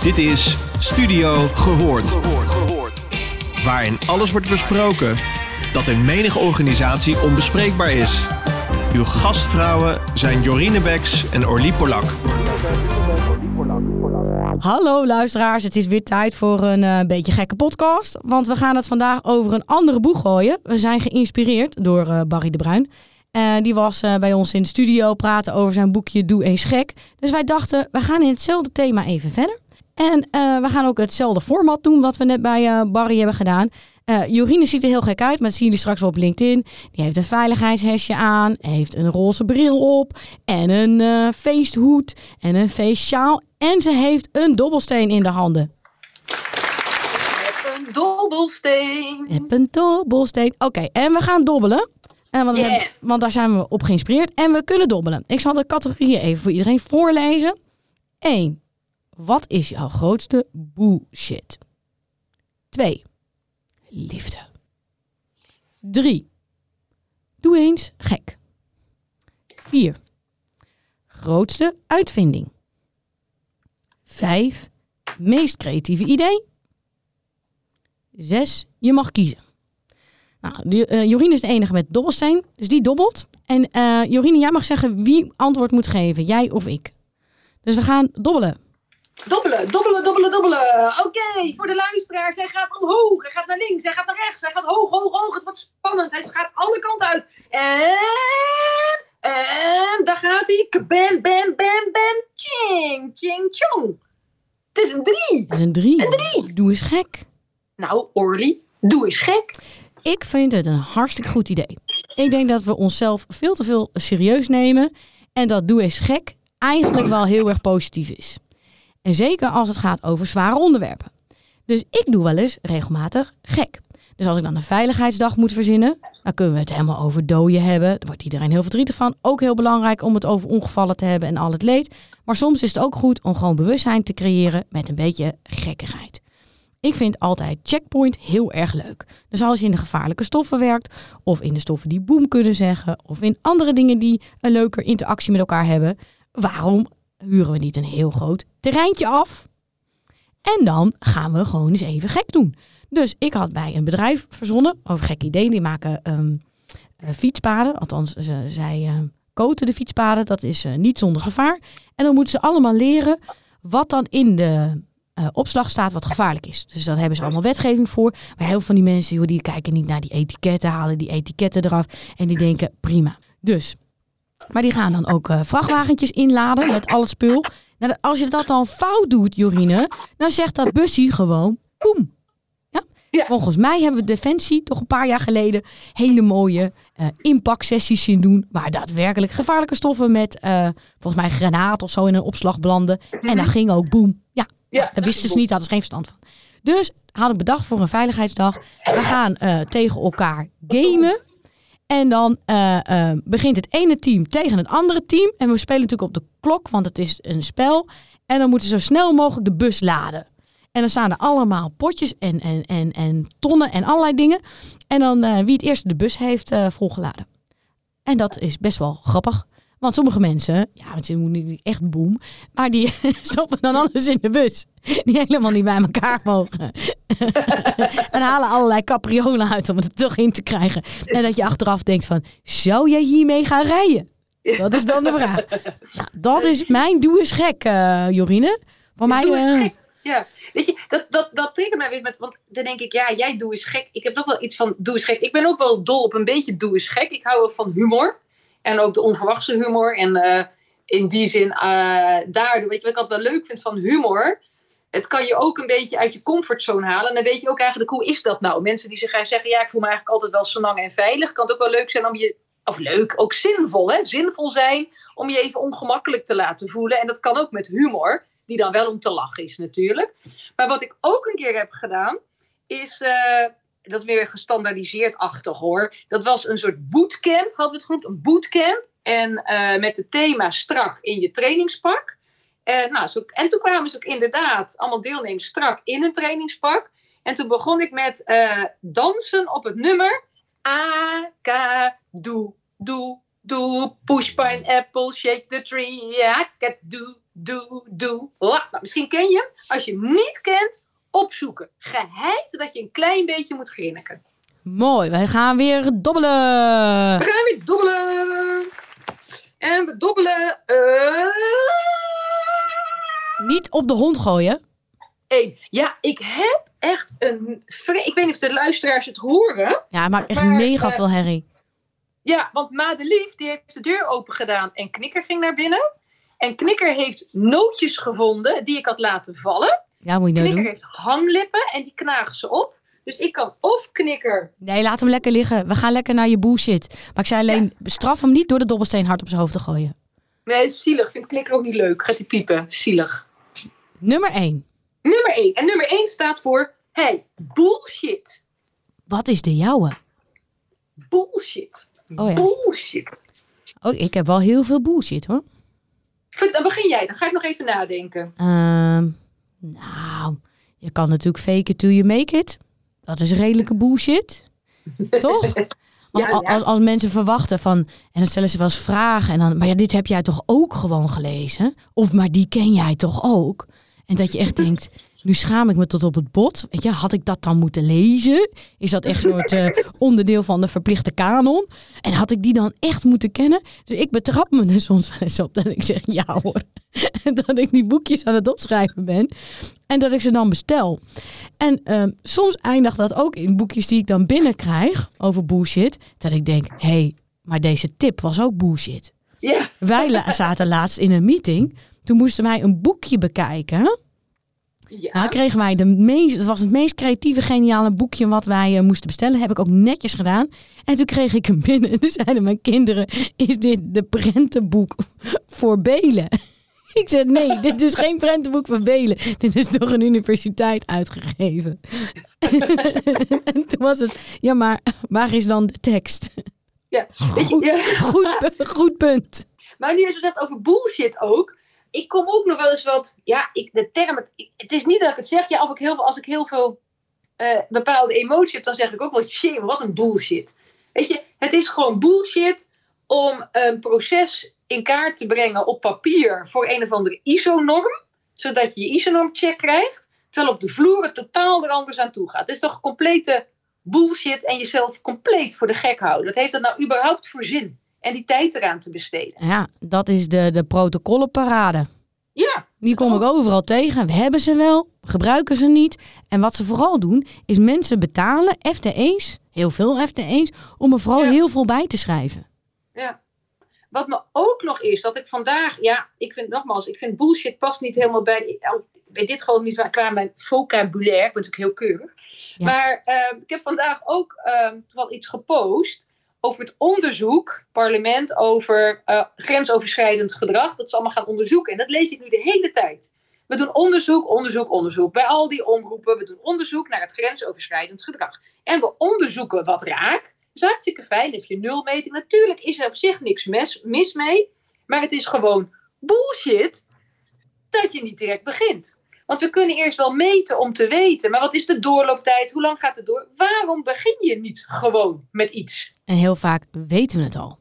Dit is Studio Gehoord. Waarin alles wordt besproken dat in menige organisatie onbespreekbaar is. Uw gastvrouwen zijn Jorine Beks en Orlie Polak. Hallo luisteraars, het is weer tijd voor een beetje gekke podcast. Want we gaan het vandaag over een andere boeg gooien. We zijn geïnspireerd door Barry de Bruin. Die was bij ons in de studio praten over zijn boekje Doe eens gek. Dus wij dachten, we gaan in hetzelfde thema even verder. En we gaan ook hetzelfde format doen wat we net bij Barry hebben gedaan. Jorine ziet er heel gek uit, maar dat zien jullie straks wel op LinkedIn. Die heeft een veiligheidshesje aan, heeft een roze bril op en een feesthoed en een feestsjaal. En ze heeft een dobbelsteen in de handen. Een dobbelsteen. Heb een dobbelsteen. Oké, en we gaan dobbelen. Want daar zijn we op geïnspireerd. En we kunnen dobbelen. Ik zal de categorieën even voor iedereen voorlezen. 1. Wat is jouw grootste bullshit? 2. Liefde. 3. Doe eens gek. 4. Grootste uitvinding. 5. Meest creatieve idee. 6. Je mag kiezen. Nou, Jorine is de enige met dobbelsteen, dus die dobbelt. En Jorine, jij mag zeggen wie antwoord moet geven, jij of ik. Dus we gaan dobbelen. Dobbelen. Oké, voor de luisteraars. Hij gaat omhoog, hij gaat naar links, hij gaat naar rechts, hij gaat hoog. Het wordt spannend, hij gaat alle kanten uit. En daar gaat hij. Bam, bam, bam, bam. Ching, ching, chong. Het is een 3. Het is een 3. Doe eens gek. Nou, Orlie, doe eens gek. Ik vind het een hartstikke goed idee. Ik denk dat we onszelf veel te veel serieus nemen. En dat doe eens gek eigenlijk wel heel erg positief is. En zeker als het gaat over zware onderwerpen. Dus ik doe wel eens regelmatig gek. Dus als ik dan een veiligheidsdag moet verzinnen, dan kunnen we het helemaal over doden hebben. Daar wordt iedereen heel verdrietig van. Ook heel belangrijk om het over ongevallen te hebben en al het leed. Maar soms is het ook goed om gewoon bewustzijn te creëren met een beetje gekkigheid. Ik vind altijd Checkpoint heel erg leuk. Dus als je in de gevaarlijke stoffen werkt, of in de stoffen die boem kunnen zeggen, of in andere dingen die een leuke interactie met elkaar hebben, waarom huren we niet een heel groot terreintje af? En dan gaan we gewoon eens even gek doen. Dus ik had bij een bedrijf verzonnen over gekke ideeën. Die maken fietspaden. Althans, zij coaten de fietspaden. Dat is niet zonder gevaar. En dan moeten ze allemaal leren wat dan in de opslag staat wat gevaarlijk is. Dus daar hebben ze allemaal wetgeving voor. Maar heel veel van die mensen die kijken niet naar die etiketten, halen die etiketten eraf. En die denken prima. Dus, maar die gaan dan ook vrachtwagentjes inladen met al het spul. Nou, als je dat dan fout doet, Jorine, dan zegt dat bussie gewoon boem. Ja? Volgens mij hebben we Defensie toch een paar jaar geleden hele mooie impactsessies zien doen. Waar daadwerkelijk gevaarlijke stoffen met volgens mij granaat of zo in een opslag belanden. Mm-hmm. En dat ging ook boem. Ja, dat wisten ze niet, hadden ze geen verstand van. Dus had ik bedacht voor een veiligheidsdag. We gaan tegen elkaar gamen. En dan begint het ene team tegen het andere team. En we spelen natuurlijk op de klok, want het is een spel. En dan moeten ze zo snel mogelijk de bus laden. En dan staan er allemaal potjes en tonnen en allerlei dingen. En dan wie het eerste de bus heeft volgeladen. En dat is best wel grappig. Want sommige mensen, want ze moeten niet echt boem, maar die stoppen dan alles in de bus. Die helemaal niet bij elkaar mogen. En halen allerlei capriolen uit om het er toch in te krijgen. En dat je achteraf denkt van, zou jij hiermee gaan rijden? Dat is dan de vraag. Nou, dat is mijn doe eens gek, Jorine. Van mij. Doe eens gek. Ja, weet je, dat triggert mij weer want dan denk ik, jij doe eens gek. Ik heb toch wel iets van doe eens gek. Ik ben ook wel dol op een beetje doe eens gek. Ik hou wel van humor. En ook de onverwachte humor. En in die zin, daardoor, weet je wat ik altijd wel leuk vind van humor? Het kan je ook een beetje uit je comfortzone halen. En dan weet je ook eigenlijk, hoe is dat nou? Mensen die zeggen, ik voel me eigenlijk altijd wel zo lang en veilig. Kan het ook wel leuk zijn om je, of leuk, ook zinvol, hè? Zinvol zijn om je even ongemakkelijk te laten voelen. En dat kan ook met humor, die dan wel om te lachen is natuurlijk. Maar wat ik ook een keer heb gedaan, is, dat is weer gestandaardiseerd-achtig hoor. Dat was een soort bootcamp, hadden we het genoemd, een bootcamp. En met het thema strak in je trainingspak. En toen kwamen ze ook inderdaad allemaal deelnemers strak in een trainingspak. En toen begon ik met dansen op het nummer A-K, doe, doe, doe, push pineapple, shake the tree, A-K, doe, doe, la. Nou, misschien ken je hem. Als je hem niet kent, opzoeken. Geheid dat je een klein beetje moet grinniken. Mooi, wij gaan weer dobbelen. We gaan weer dobbelen. En we dobbelen. Niet op de hond gooien. 1. Ja, ik heb echt ik weet niet of de luisteraars het horen. Ja, het maakt echt mega veel herrie. Ja, want Madelief die heeft de deur open gedaan en Knikker ging naar binnen. En Knikker heeft nootjes gevonden die ik had laten vallen. Ja, moet je nou Knikker doen. heeft hanglippen en die knagen ze op. Dus ik kan of Knikker... Nee, laat hem lekker liggen. We gaan lekker naar je bullshit. Maar ik zei alleen, straf hem niet door de dobbelsteen hard op zijn hoofd te gooien. Nee, zielig. Vindt Knikker ook niet leuk. Gaat hij piepen. Zielig. Nummer 1. Nummer 1. En nummer 1 staat voor... Hey, bullshit. Wat is de jouwe? Bullshit. Oh ja. Bullshit. Oh, ik heb wel heel veel bullshit hoor. Goed, dan begin jij. Dan ga ik nog even nadenken. Nou, je kan natuurlijk fake it till you make it. Dat is redelijke bullshit. Toch? Ja. Als mensen verwachten van... En dan stellen ze wel eens vragen. En dan, maar ja, dit heb jij toch ook gewoon gelezen? Of maar die ken jij toch ook? En dat je echt denkt... Nu schaam ik me tot op het bot. Weet je, had ik dat dan moeten lezen? Is dat echt een soort onderdeel van de verplichte kanon? En had ik die dan echt moeten kennen? Dus ik betrap me er soms wel eens op dat ik zeg ja hoor. En dat ik die boekjes aan het opschrijven ben. En dat ik ze dan bestel. En soms eindigt dat ook in boekjes die ik dan binnenkrijg over bullshit. Dat ik denk, hé, maar deze tip was ook bullshit. Ja. Wij zaten laatst in een meeting. Toen moesten wij een boekje bekijken. Ja. Nou, kregen wij het was het meest creatieve, geniale boekje wat wij moesten bestellen. Heb ik ook netjes gedaan. En toen kreeg ik hem binnen. En toen zeiden mijn kinderen, is dit de prentenboek voor Belen? Ik zei, nee, dit is geen prentenboek voor Belen. Dit is door een universiteit uitgegeven. En toen was het, ja, maar waar is dan de tekst? Ja. Weet je, ja. Goed punt. Maar nu is het echt over bullshit ook. Ik kom ook nog wel eens wat... Ja, de term... Het is niet dat ik het zeg. Ja, als ik heel veel bepaalde emotie heb, dan zeg ik ook wel... Shit, wat een bullshit. Weet je, het is gewoon bullshit om een proces in kaart te brengen op papier voor een of andere ISO-norm. Zodat je je ISO-norm-check krijgt. Terwijl op de vloer het totaal er anders aan toe gaat. Het is toch complete bullshit en jezelf compleet voor de gek houden. Wat heeft dat nou überhaupt voor zin? En die tijd eraan te besteden. Ja, dat is de protocollenparade. Ja. Die kom ik overal tegen. We hebben ze wel, gebruiken ze niet. En wat ze vooral doen, is mensen betalen, FTE's, heel veel FTE's, om er vooral heel veel bij te schrijven. Ja. Wat me ook nog is, dat ik vandaag, ik vind bullshit past niet helemaal bij dit gewoon niet qua mijn vocabulaire. Ik ben natuurlijk heel keurig. Ja. Maar ik heb vandaag ook wel iets gepost over het onderzoek, parlement, over grensoverschrijdend gedrag. Dat ze allemaal gaan onderzoeken. En dat lees ik nu de hele tijd. We doen onderzoek. Bij al die omroepen, we doen onderzoek naar het grensoverschrijdend gedrag. En we onderzoeken wat raak. Dat is hartstikke fijn. Heb je nulmeting. Natuurlijk is er op zich niks mis mee. Maar het is gewoon bullshit dat je niet direct begint. Want we kunnen eerst wel meten om te weten. Maar wat is de doorlooptijd? Hoe lang gaat het door? Waarom begin je niet gewoon met iets? En heel vaak weten we het al.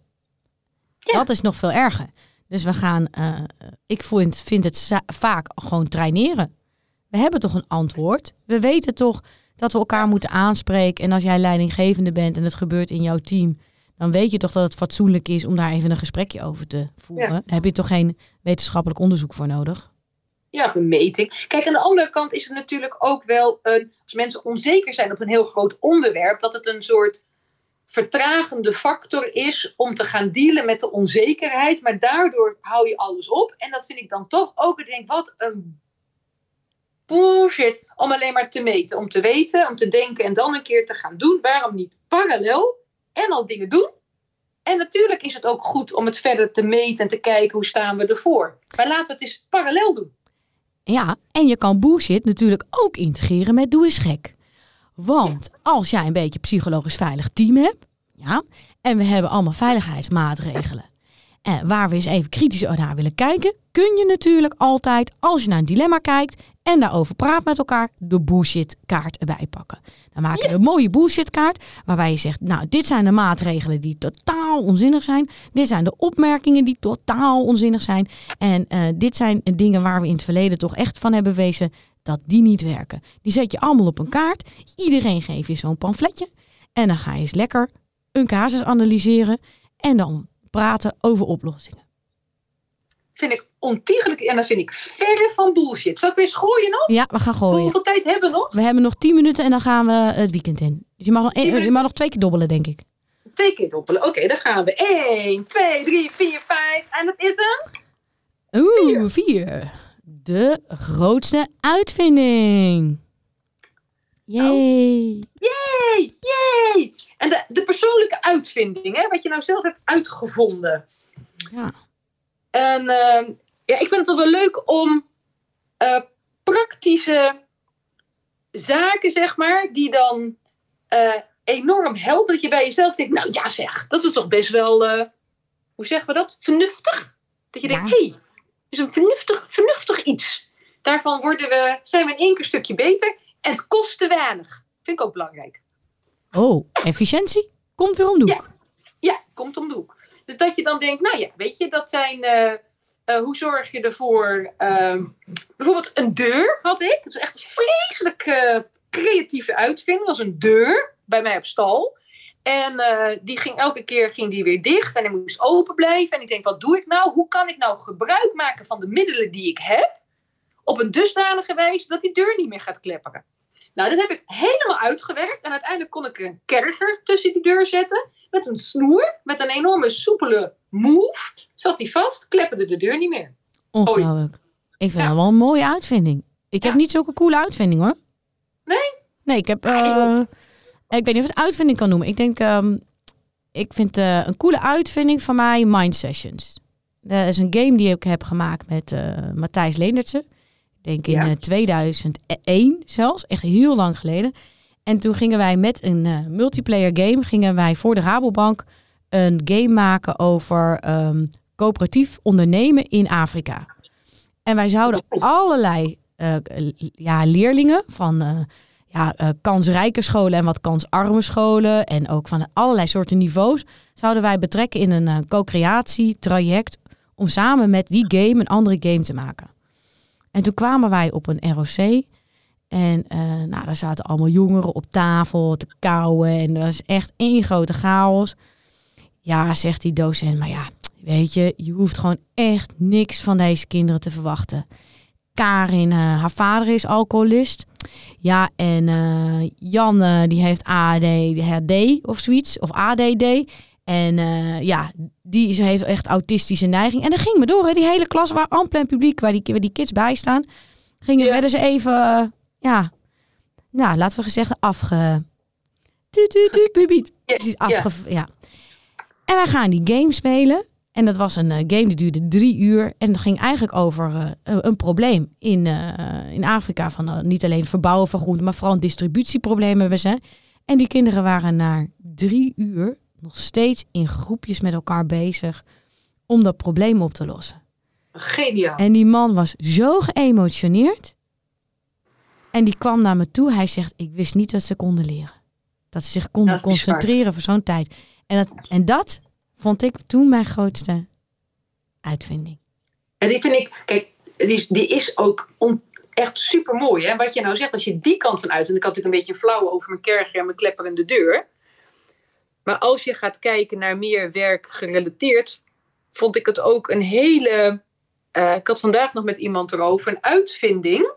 Ja. Dat is nog veel erger. Dus we gaan, ik vind het vaak gewoon traineren. We hebben toch een antwoord. We weten toch dat we elkaar moeten aanspreken. En als jij leidinggevende bent en het gebeurt in jouw team, dan weet je toch dat het fatsoenlijk is om daar even een gesprekje over te voeren. Ja. Daar heb je toch geen wetenschappelijk onderzoek voor nodig? Ja, of een meting. Kijk, aan de andere kant is het natuurlijk ook wel, als mensen onzeker zijn op een heel groot onderwerp, dat het een soort vertragende factor is om te gaan dealen met de onzekerheid. Maar daardoor hou je alles op. En dat vind ik dan toch ook, ik denk, wat een bullshit om alleen maar te meten. Om te weten, om te denken en dan een keer te gaan doen. Waarom niet parallel en al dingen doen? En natuurlijk is het ook goed om het verder te meten en te kijken hoe staan we ervoor. Maar laten we het eens parallel doen. Ja, en je kan bullshit natuurlijk ook integreren met doe eens gek. Want als jij een beetje psychologisch veilig team hebt, ja, en we hebben allemaal veiligheidsmaatregelen, waar we eens even kritisch naar willen kijken, kun je natuurlijk altijd, als je naar een dilemma kijkt en daarover praat met elkaar, de bullshit kaart erbij pakken. Dan maken we een mooie bullshit kaart waarbij je zegt, nou, dit zijn de maatregelen die totaal onzinnig zijn. Dit zijn de opmerkingen die totaal onzinnig zijn. En dit zijn dingen waar we in het verleden toch echt van hebben bewezen dat die niet werken. Die zet je allemaal op een kaart. Iedereen geeft je zo'n pamfletje. En dan ga je eens lekker een casus analyseren en dan praten over oplossingen. Vind ik ontiegelijk en dat vind ik verre van bullshit. Zal ik weer eens gooien nog? Ja, we gaan gooien. Hoeveel tijd hebben we nog? We hebben nog 10 minuten en dan gaan we het weekend in. Dus je mag nog 2 keer dobbelen, denk ik. 2 keer dobbelen. Oké, dan gaan we. 1, 2, 3, 4, 5. En dat is een... 4. De grootste uitvinding. Yay. Yay. En de persoonlijke uitvinding, hè, wat je nou zelf hebt uitgevonden. Ja. En ik vind het wel leuk om praktische zaken, zeg maar, die dan enorm helpen. Dat je bij jezelf denkt, nou ja zeg, dat is toch best wel, hoe zeggen we dat? Vernuftig. Dat je denkt, hé, dat is een vernuftig iets. Daarvan zijn we in 1 keer een stukje beter. En het kost te weinig. Vind ik ook belangrijk. Oh, efficiëntie komt weer om de hoek. Ja, komt om de hoek. Dus dat je dan denkt, nou ja, weet je, dat zijn... hoe zorg je ervoor... bijvoorbeeld een deur had ik. Dat is echt een vreselijk creatieve uitvinding. Dat was een deur bij mij op stal. En die ging elke keer weer dicht. En hij moest open blijven. En ik denk, wat doe ik nou? Hoe kan ik nou gebruik maken van de middelen die ik heb? Op een dusdanige wijze dat die deur niet meer gaat klepperen. Nou, dat heb ik helemaal uitgewerkt. En uiteindelijk kon ik er een kerser tussen die deur zetten. Met een snoer. Met een enorme soepele move. Zat die vast. Klepperde de deur niet meer. Ongelooflijk. Ik vind dat wel een mooie uitvinding. Ik heb niet zulke coole uitvinding, hoor. Nee? Nee, ik heb... ik weet niet of het uitvinding kan noemen. Ik denk... ik vind een coole uitvinding van mij Mind Sessions. Dat is een game die ik heb gemaakt met Matthijs Leendertse. Ik denk in 2001 zelfs. Echt heel lang geleden. En toen gingen wij met een multiplayer game... voor de Rabobank een game maken over coöperatief ondernemen in Afrika. En wij zouden allerlei leerlingen van kansrijke scholen en wat kansarme scholen... en ook van allerlei soorten niveaus... zouden wij betrekken in een co-creatietraject... om samen met die game een andere game te maken. En toen kwamen wij op een ROC... En daar zaten allemaal jongeren op tafel te kauwen. En dat was echt één grote chaos. Ja, zegt die docent. Maar ja, weet je, je hoeft gewoon echt niks van deze kinderen te verwachten. Karin, haar vader is alcoholist. Ja, en Jan, die heeft ADHD of zoiets. Of ADD. En die heeft echt autistische neiging. En dat ging maar door. Hè. Die hele klas, waar amper en publiek, waar die kids bij staan. Werden ze even... laten we gezegd En wij gaan die game spelen. En dat was een game die duurde 3 uur. En dat ging eigenlijk over een probleem in Afrika. Van niet alleen verbouwen van groenten, maar vooral een distributieprobleem hebben ze. En die kinderen waren na 3 uur nog steeds in groepjes met elkaar bezig om dat probleem op te lossen. Geniaal. En die man was zo geëmotioneerd. En die kwam naar me toe. Hij zegt, ik wist niet dat ze konden leren. Dat ze zich konden concentreren voor zo'n tijd. En dat vond ik toen mijn grootste uitvinding. En die vind ik, kijk, die is ook echt super mooi. Hè? Wat je nou zegt, als je die kant van uit... en ik had natuurlijk een beetje flauw over mijn kerger en mijn klepperende deur. Maar als je gaat kijken naar meer werk gerelateerd... vond ik het ook een hele... ik had vandaag nog met iemand erover. Een uitvinding...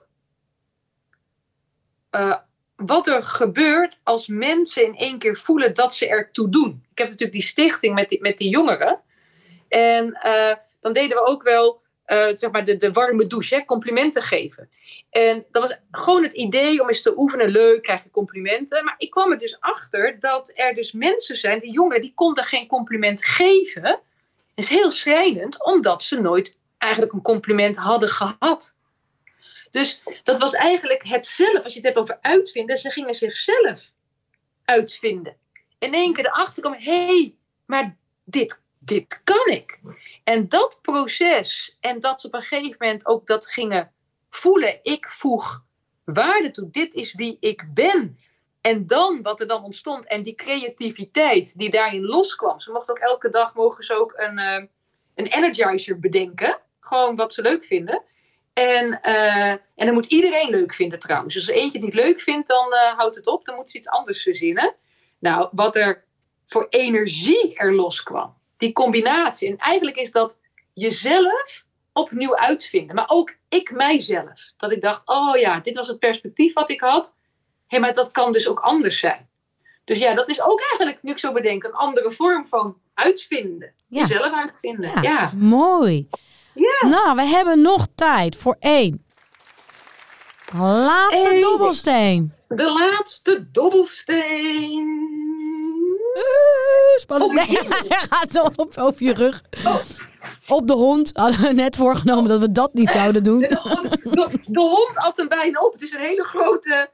wat er gebeurt als mensen in 1 keer voelen dat ze ertoe doen. Ik heb natuurlijk die stichting met die jongeren. En dan deden we ook wel de warme douche, hè, complimenten geven. En dat was gewoon het idee om eens te oefenen. Leuk, krijg je complimenten. Maar ik kwam er dus achter dat er dus mensen zijn, die jongeren, die konden geen compliment geven. Dat is heel schrijnend, omdat ze nooit eigenlijk een compliment hadden gehad. Dus dat was eigenlijk hetzelfde. Als je het hebt over uitvinden. Ze gingen zichzelf uitvinden. In 1 keer erachter komen. Hé, maar dit kan ik. En dat proces. En dat ze op een gegeven moment ook dat gingen voelen. Ik voeg waarde toe. Dit is wie ik ben. En dan, wat er dan ontstond. En die creativiteit die daarin loskwam. Ze mochten ook elke dag een energizer bedenken. Gewoon wat ze leuk vinden. En dan moet iedereen leuk vinden trouwens. Dus als eentje het niet leuk vindt, dan houdt het op. Dan moet ze iets anders verzinnen. Nou, wat er voor energie er loskwam. Die combinatie. En eigenlijk is dat jezelf opnieuw uitvinden. Maar ook ik mijzelf. Dat ik dacht, oh ja, dit was het perspectief wat ik had. Hé, maar dat kan dus ook anders zijn. Dus ja, dat is ook eigenlijk, nu ik zo bedenk, een andere vorm van uitvinden. Ja. Jezelf uitvinden. Ja, Ja. mooi. Ja. Nou, we hebben nog tijd voor 1 laatste dobbelsteen. De laatste dobbelsteen. Spannend. Oh, Nee, hij gaat op je rug. Oh. Op de hond. Hadden we net voorgenomen dat we dat niet zouden doen. De hond at hem bijna op. Het is een hele grote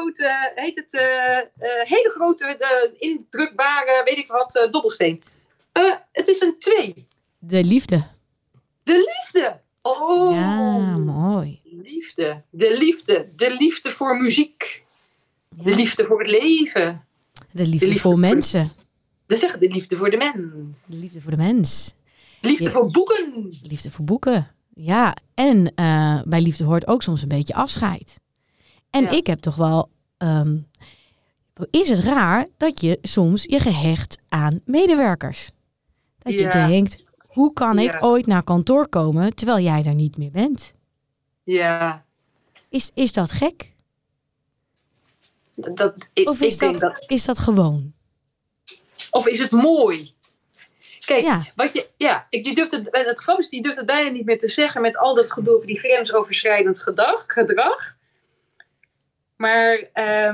hele grote, indrukbare, weet ik wat, dobbelsteen. Het is een 2. De liefde. De liefde. Oh. Ja, mooi. Liefde. De liefde. De liefde voor muziek. Ja. De liefde voor het leven. De liefde voor mensen. Dat zeggen de liefde voor de mens. De liefde voor de mens. Liefde voor boeken. Liefde voor boeken. Ja, en bij liefde hoort ook soms een beetje afscheid. En ik heb toch wel... is het raar dat je soms je gehecht aan medewerkers? Dat je denkt, hoe kan ik ooit naar kantoor komen terwijl jij daar niet meer bent? Ja. Is dat gek? Of is dat gewoon? Of is het mooi? Kijk, je durft het grappige is, je durft het bijna niet meer te zeggen met al dat gedoe over die grensoverschrijdend gedrag. Maar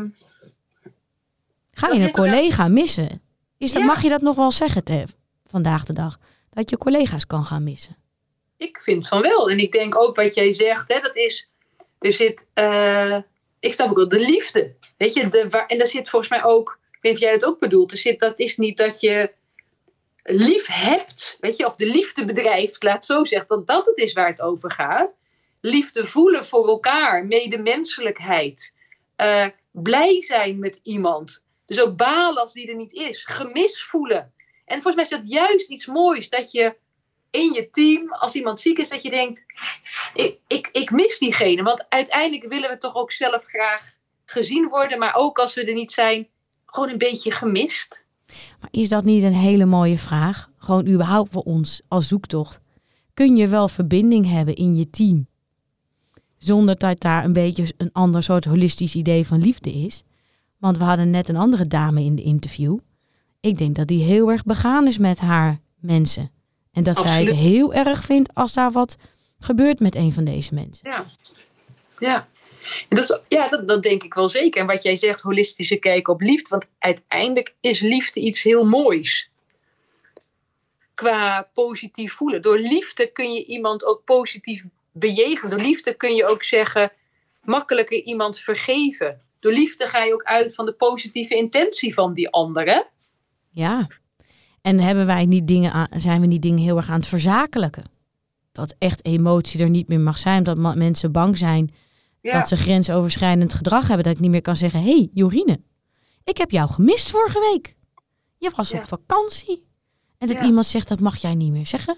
ga je een collega missen? Mag je dat nog wel zeggen vandaag de dag? Dat je collega's kan gaan missen? Ik vind van wel. En ik denk ook wat jij zegt, hè, dat is... Er zit... ik snap ook wel de liefde. Weet je, en daar zit volgens mij ook... Ik weet niet of jij dat ook bedoelt. Dat is niet dat je lief hebt, weet je, of de liefde bedrijft, laat het zo zeggen, dat het is waar het over gaat. Liefde voelen voor elkaar, medemenselijkheid. Blij zijn met iemand. Dus ook balen als die er niet is. Gemis voelen. En volgens mij is dat juist iets moois. Dat je in je team, als iemand ziek is, dat je denkt... Ik mis diegene. Want uiteindelijk willen we toch ook zelf graag gezien worden. Maar ook als we er niet zijn, gewoon een beetje gemist. Maar is dat niet een hele mooie vraag? Gewoon überhaupt voor ons als zoektocht. Kun je wel verbinding hebben in je team? Zonder dat daar een beetje een ander soort holistisch idee van liefde is. Want we hadden net een andere dame in de interview. Ik denk dat die heel erg begaan is met haar mensen. En dat zij het heel erg vindt als daar wat gebeurt met een van deze mensen. Ja. En dat denk ik wel zeker. En wat jij zegt, holistische kijk op liefde. Want uiteindelijk is liefde iets heel moois. Qua positief voelen. Door liefde kun je iemand ook positief bejegenen. Door liefde kun je ook zeggen, makkelijker iemand vergeven. Door liefde ga je ook uit van de positieve intentie van die andere. Ja. En zijn we niet dingen heel erg aan het verzakelijken? Dat echt emotie er niet meer mag zijn. Dat mensen bang zijn dat ze grensoverschrijdend gedrag hebben. Dat ik niet meer kan zeggen, hey, Jorine, ik heb jou gemist vorige week. Je was op vakantie. En dat iemand zegt, dat mag jij niet meer zeggen.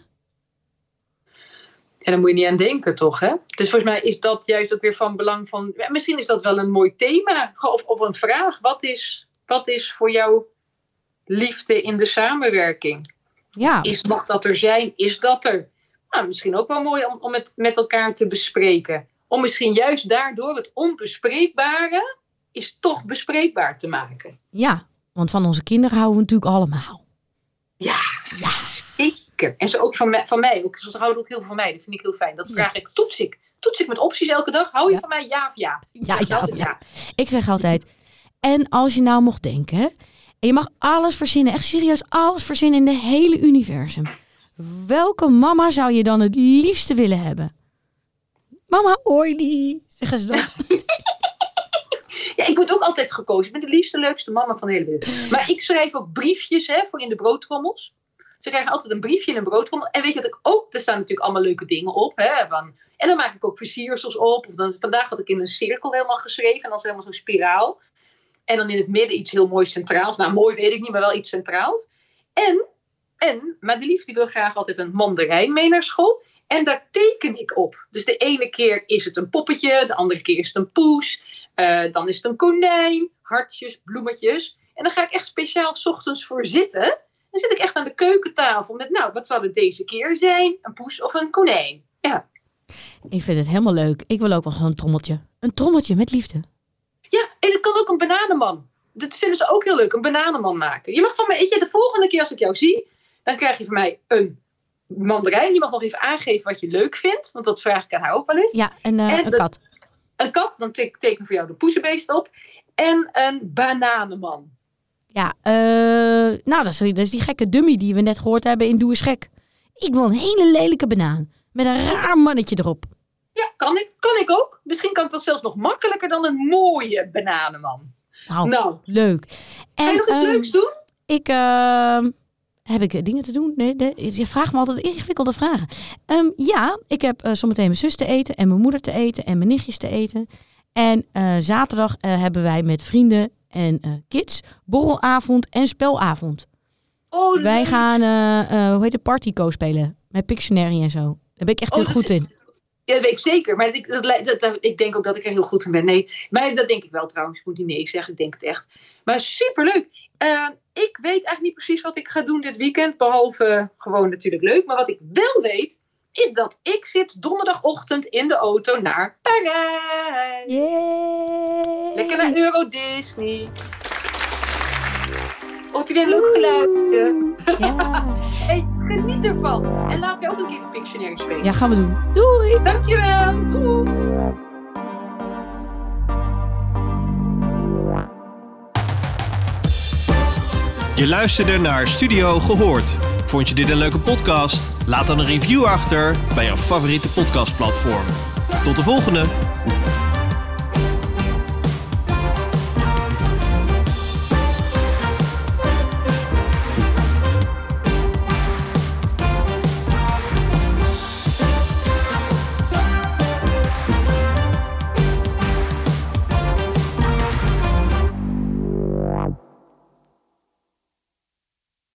En daar moet je niet aan denken, toch? Hè? Dus volgens mij is dat juist ook weer van belang van... Ja, misschien is dat wel een mooi thema. Of een vraag. Wat is voor jou liefde in de samenwerking? Ja. Mag dat er zijn? Is dat er? Nou, misschien ook wel mooi om het met elkaar te bespreken. Om misschien juist daardoor het onbespreekbare is toch bespreekbaar te maken. Ja, want van onze kinderen houden we natuurlijk allemaal. Ja. Zeker. En ze ook van mij. Ze houden ook heel veel van mij. Dat vind ik heel fijn. Dat vraag ik. Toets ik met opties elke dag. Hou je van mij? Ja of ja? Ja. Ik zeg altijd, en als je nou mocht denken, hè, en je mag alles verzinnen, echt serieus alles verzinnen in de hele universum. Welke mama zou je dan het liefste willen hebben? Mama Oili, zeggen ze dan. Ja, ik word ook altijd gekozen. Ik ben de liefste, leukste mama van de hele wereld. Maar ik schrijf ook briefjes voor in de broodtrommels. Ze krijgen altijd een briefje en een broodtrommel. En weet je wat ik ook... Er staan natuurlijk allemaal leuke dingen op. Hè, en dan maak ik ook versiersels op. Of dan, vandaag had ik in een cirkel helemaal geschreven. En dan is helemaal zo'n spiraal. En dan in het midden iets heel moois centraals. Nou, mooi weet ik niet, maar wel iets centraals. En Madelief die wil graag altijd een mandarijn mee naar school. En daar teken ik op. Dus de ene keer is het een poppetje. De andere keer is het een poes. Dan is het een konijn. Hartjes, bloemetjes. En dan ga ik echt speciaal 's ochtends voor zitten. Dan zit ik echt aan de keukentafel met, wat zal het deze keer zijn? Een poes of een konijn? Ja. Ik vind het helemaal leuk. Ik wil ook wel zo'n trommeltje. Een trommeltje met liefde. Ja, en het kan ook een bananenman. Dat vinden ze ook heel leuk, een bananenman maken. Je mag van mij, de volgende keer als ik jou zie, dan krijg je van mij een mandarijn. Je mag nog even aangeven wat je leuk vindt, want dat vraag ik aan haar ook wel eens. Ja, en een kat. Een kat, dan teken voor jou de poezenbeest op. En een bananenman. Ja, dat is die gekke dummy die we net gehoord hebben in Doe eens gek. Ik wil een hele lelijke banaan. Met een raar mannetje erop. Ja, kan ik ook. Misschien kan ik dat zelfs nog makkelijker dan een mooie bananenman. Nou. Leuk. En, ga je nog iets leuks doen? Heb ik dingen te doen? Nee, je vraagt me altijd ingewikkelde vragen. Ik heb zometeen mijn zus te eten en mijn moeder te eten en mijn nichtjes te eten. En zaterdag hebben wij met vrienden en kids borrelavond en spelavond. Oh, wij gaan, Partyco spelen. Met Pictionary en zo. Daar ben ik echt heel goed in. Ja, dat weet ik zeker. Maar ik denk ook dat ik er heel goed in ben. Nee, maar dat denk ik wel trouwens. Ik moet niet nee zeggen. Ik denk het echt. Maar superleuk. Ik weet eigenlijk niet precies wat ik ga doen dit weekend. Behalve gewoon natuurlijk leuk. Maar wat ik wel weet, is dat ik zit donderdagochtend in de auto naar Parijs. Yeah. Lekker naar Euro Disney. Heb je weer een leuk geluidje? Ja. Hey, geniet ervan. En laten we ook een keer een Pictionary spelen. Ja, gaan we doen. Doei. Dankjewel. Doei. Je luisterde naar Studio Gehoord. Vond je dit een leuke podcast? Laat dan een review achter bij jouw favoriete podcastplatform. Tot de volgende!